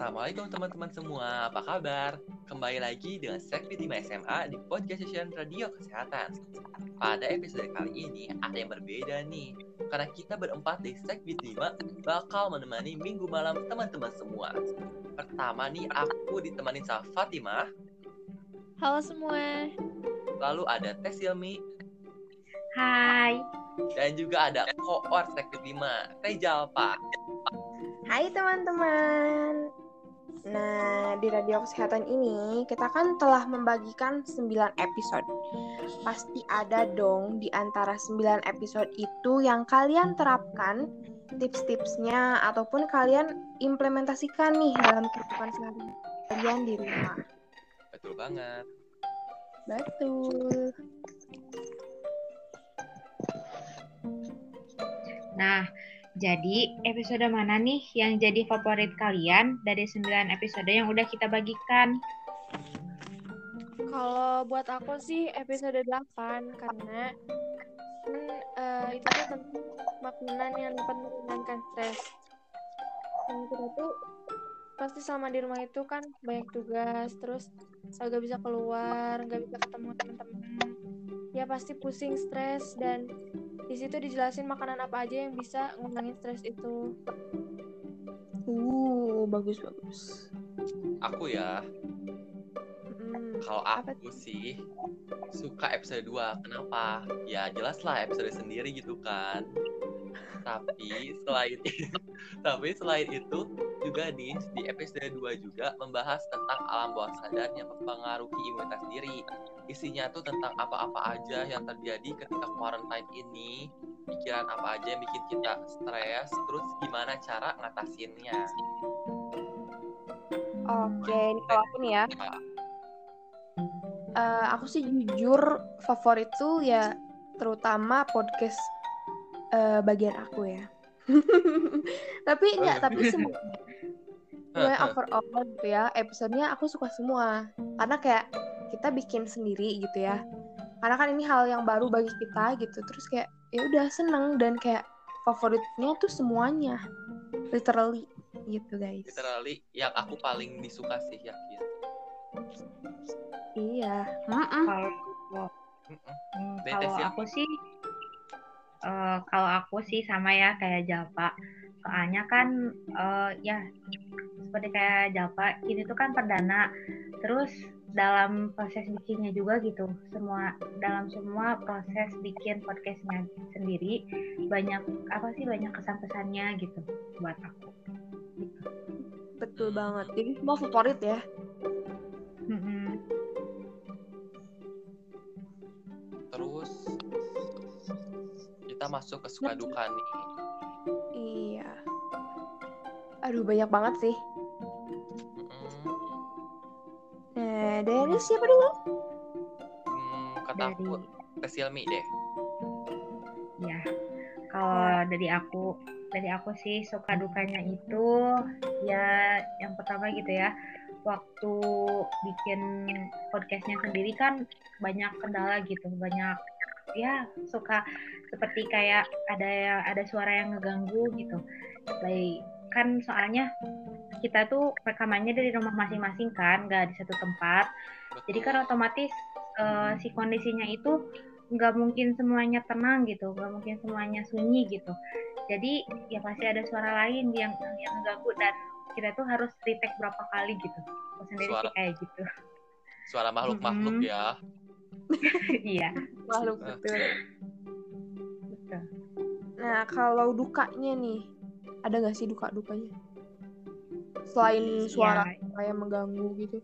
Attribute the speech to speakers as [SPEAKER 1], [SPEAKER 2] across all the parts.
[SPEAKER 1] Assalamualaikum teman-teman semua, apa kabar? Kembali lagi dengan Sekti 5 SMA di podcast session Radio Kesehatan. Pada episode kali ini ada yang berbeda nih, karena kita berempat di Sekti 5 bakal menemani minggu malam teman-teman semua. Pertama nih aku ditemani sama Fatimah.
[SPEAKER 2] Halo semua.
[SPEAKER 1] Lalu ada Teh Silmi.
[SPEAKER 3] Hai.
[SPEAKER 1] Dan juga ada koor Sekti 5, Teh Jalpa.
[SPEAKER 2] Hai teman-teman. Nah, di Radio Kesehatan ini kita kan telah membagikan 9 episode. Pasti ada dong di antara 9 episode itu yang kalian terapkan tips-tipsnya ataupun kalian implementasikan nih dalam kehidupan sehari-hari kalian di rumah.
[SPEAKER 1] Betul banget.
[SPEAKER 2] Betul.
[SPEAKER 3] Nah, jadi episode mana nih yang jadi favorit kalian dari 9 episode yang udah kita bagikan?
[SPEAKER 2] Kalau buat aku sih episode 8 karena itu tuh tentang makanan yang dapat menurunkan stres. Yang kita tuh pasti selama di rumah itu kan banyak tugas, terus gak bisa keluar, gak bisa ketemu teman-teman. Ya pasti pusing, stres, dan di situ dijelasin makanan apa aja yang bisa ngurangin stres itu. Bagus.
[SPEAKER 1] Aku ya, kalau aku sih suka episode 2. Kenapa? Ya jelas lah episode sendiri gitu kan. Tapi selain itu juga nih di episode 2 juga membahas tentang alam bawah sadar yang mempengaruhi imunitas diri. Isinya tuh tentang apa-apa aja yang terjadi ketika quarantine ini, pikiran apa aja yang bikin kita stres, terus gimana cara ngatasinnya.
[SPEAKER 2] Oke, ini kalau aku nih ya, aku sih jujur favorit tuh ya terutama podcast bagian aku ya. tapi semua overall gitu ya, episodenya aku suka semua karena kayak kita bikin sendiri gitu ya, karena kan ini hal yang baru bagi kita gitu, terus kayak ya udah seneng dan kayak favoritnya tuh semuanya literally gitu guys.
[SPEAKER 1] Literally yang aku paling disuka sih, yakin.
[SPEAKER 2] Iya.
[SPEAKER 3] Kalau aku sih sama ya kayak Jalpa. Soalnya kan ya seperti kayak Jalpa, ini tuh kan perdana. Terus dalam proses bikinnya juga gitu, dalam semua proses bikin podcastnya sendiri banyak kesan-pesannya gitu buat aku. Gitu.
[SPEAKER 2] Betul banget. Jadi semua favorit ya.
[SPEAKER 1] Terus kita masuk ke suka duka nih.
[SPEAKER 2] Iya. Aduh, banyak banget sih. Nah, dari siapa dulu?
[SPEAKER 1] Kata aku Teh Silmi deh.
[SPEAKER 3] Ya, kalau dari aku sih suka dukanya itu ya yang pertama gitu ya, waktu bikin podcastnya sendiri kan banyak kendala gitu, banyak ya suka seperti kayak ada suara yang ngeganggu gitu. Baik kan soalnya kita tuh rekamannya dari rumah masing-masing kan, nggak di satu tempat. Jadi kan otomatis si kondisinya itu nggak mungkin semuanya tenang gitu, nggak mungkin semuanya sunyi gitu. Jadi ya pasti ada suara lain yang ngeganggu dan kita tuh harus retake berapa kali gitu. Aku sendiri sih kayak gitu.
[SPEAKER 1] Suara makhluk-makhluk ya.
[SPEAKER 3] Iya.
[SPEAKER 2] Makhluk betul. Nah, kalau dukanya nih, ada nggak sih duka-dukanya? Selain suara kayak mengganggu gitu.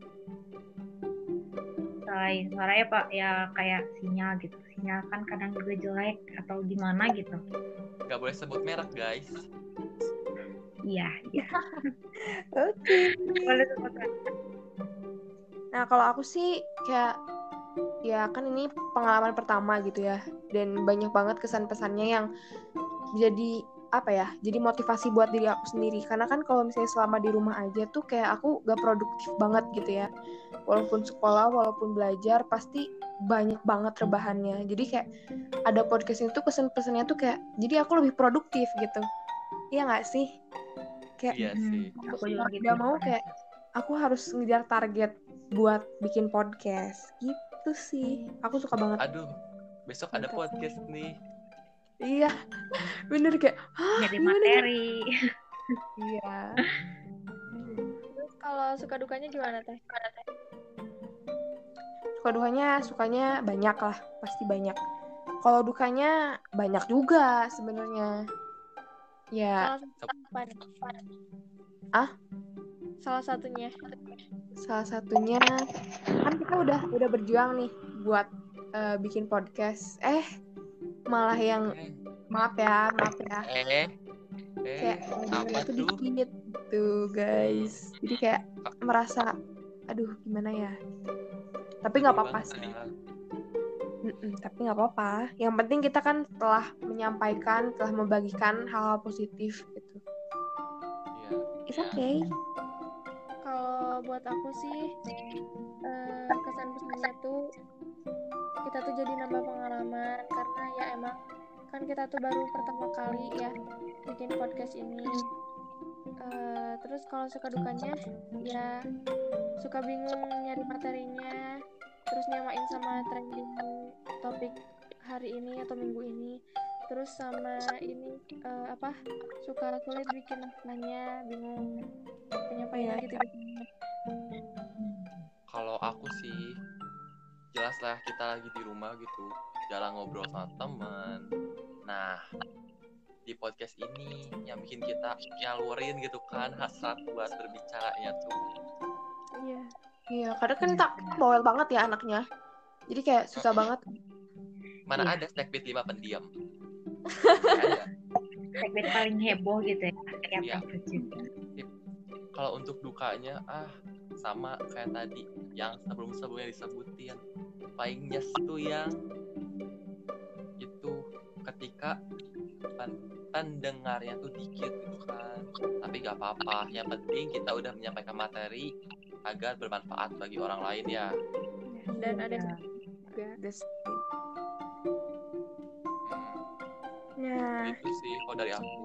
[SPEAKER 3] Selain suara ya Pak, ya kayak sinyal gitu. Sinyal kan kadang juga jelek atau gimana gitu.
[SPEAKER 1] Gak boleh sebut merek guys.
[SPEAKER 3] Iya.
[SPEAKER 2] Oke.
[SPEAKER 3] Boleh sebut merek.
[SPEAKER 2] Nah, kalau aku sih kayak ya kan ini pengalaman pertama gitu ya, dan banyak banget kesan-pesannya yang jadi jadi motivasi buat diri aku sendiri, karena kan kalau misalnya selama di rumah aja tuh kayak aku gak produktif banget gitu ya, walaupun sekolah, walaupun belajar pasti banyak banget rebahannya. Jadi kayak ada podcast itu kesan-pesannya tuh kayak jadi aku lebih produktif gitu. Iya gak sih? Kayak
[SPEAKER 1] Iya sih.
[SPEAKER 3] Aku juga gitu.
[SPEAKER 2] Gak mau kayak aku harus ngejar target buat bikin podcast gitu sih. Aku suka banget.
[SPEAKER 1] Aduh, besok ada podcast nih.
[SPEAKER 2] Iya, bener kayak
[SPEAKER 3] Jadi materi.
[SPEAKER 2] Iya.
[SPEAKER 4] Terus kalau suka dukanya gimana teh?
[SPEAKER 2] Suka dukanya, sukanya banyak lah, pasti banyak. Kalau dukanya banyak juga sebenarnya. Ya.
[SPEAKER 4] Salah satunya.
[SPEAKER 2] Salah satunya kan kita udah berjuang nih buat bikin podcast. Malah yang maaf ya. Kayak
[SPEAKER 1] apa
[SPEAKER 2] itu
[SPEAKER 1] tuh?
[SPEAKER 2] dikit tuh guys. Jadi kayak merasa aduh gimana ya. Tapi nggak apa-apa sih. Tapi nggak apa-apa. Yang penting kita kan telah menyampaikan, telah membagikan hal-hal positif gitu.
[SPEAKER 1] Iya.
[SPEAKER 2] It's okay.
[SPEAKER 4] Kalau buat aku sih kesan pesannya tuh kita tuh jadi nambah pengalaman karena ya emang kan kita tuh baru pertama kali ya bikin podcast ini. Terus kalau suka dukanya ya suka bingung nyari materinya, terus nyamain sama trending topik hari ini atau minggu ini, terus sama ini suka sulit bikin naskahnya, bingung penyampaian gitu.
[SPEAKER 1] Kalau aku sih jelas lah kita lagi di rumah gitu, jarang ngobrol sama teman. Nah, di podcast ini yang bikin kita nyalurin gitu kan hasrat buat berbicaranya tuh.
[SPEAKER 2] Iya, kadang kan kita bawel banget ya anaknya. Jadi kayak susah banget.
[SPEAKER 1] Mana ada Snackbit 5 pendiam.
[SPEAKER 3] Snackbit paling heboh gitu ya.
[SPEAKER 1] Iya. Kalau untuk dukanya sama kayak tadi yang sebelumnya disebutin. Paling nyes tuh yang itu ketika pendengarnya tuh dikit gitu kan. Tapi gak apa-apa, yang penting kita udah menyampaikan materi agar bermanfaat bagi orang lain ya.
[SPEAKER 4] Dan ada juga.
[SPEAKER 2] Nah,
[SPEAKER 1] itu sih kalau dari aku.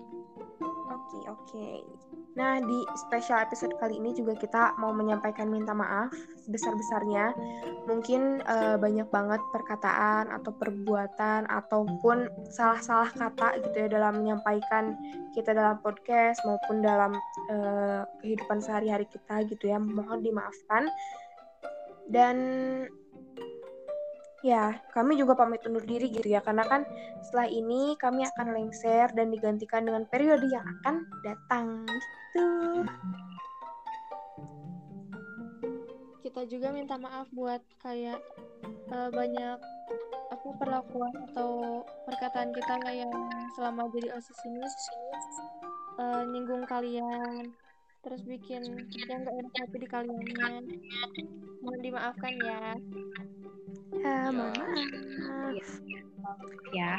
[SPEAKER 2] Oke. Nah, di spesial episode kali ini juga kita mau menyampaikan minta maaf sebesar-besarnya. Mungkin banyak banget perkataan atau perbuatan ataupun salah-salah kata gitu ya dalam menyampaikan kita dalam podcast maupun dalam kehidupan sehari-hari kita gitu ya. Mohon dimaafkan. Dan ya, kami juga pamit undur diri gitu ya, karena kan setelah ini kami akan lengser dan digantikan dengan periode yang akan datang gitu.
[SPEAKER 4] Kita juga minta maaf buat kayak banyak perlakuan atau perkataan kita yang selama jadi OSIS ini nyinggung kalian, terus bikin yang gak enak hati di kaliannya. Mohon dimaafkan ya.
[SPEAKER 2] Mohon maaf.
[SPEAKER 3] Ya.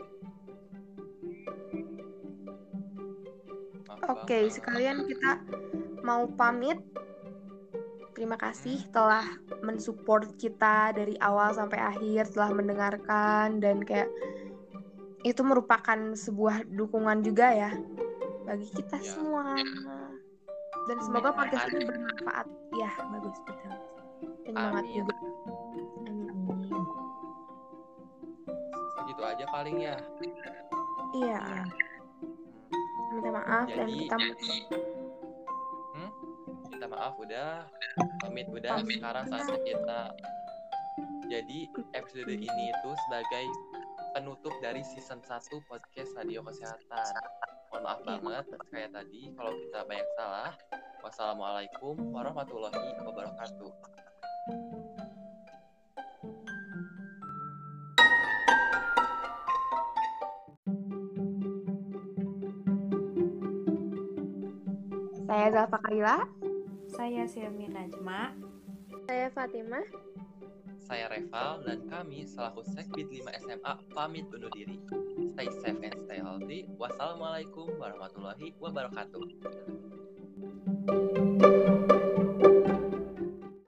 [SPEAKER 2] Oke, sekalian kita mau pamit. Terima kasih telah mensupport kita dari awal sampai akhir, telah mendengarkan dan kayak itu merupakan sebuah dukungan juga ya bagi kita semua. Dan semoga podcast ini bermanfaat. Ya, bagus betul. Dan semangat juga.
[SPEAKER 1] Segitu aja paling ya.
[SPEAKER 2] Iya. Minta maaf dan kita
[SPEAKER 1] minta maaf udah, pamit udah. Sekarang saatnya kita. Jadi episode ini itu sebagai penutup dari season 1 podcast Radio Kesehatan. Mohon maaf banget kayak tadi kalau kita banyak salah. Wassalamualaikum warahmatullahi wabarakatuh.
[SPEAKER 2] Saya Zalfa Kaila.
[SPEAKER 3] Saya Silmi Najma.
[SPEAKER 4] Saya Fatimah.
[SPEAKER 1] Saya Reval dan kami selaku Sekbid 5 SMA pamit undur diri. Stay safe and stay healthy. Wassalamualaikum warahmatullahi wabarakatuh.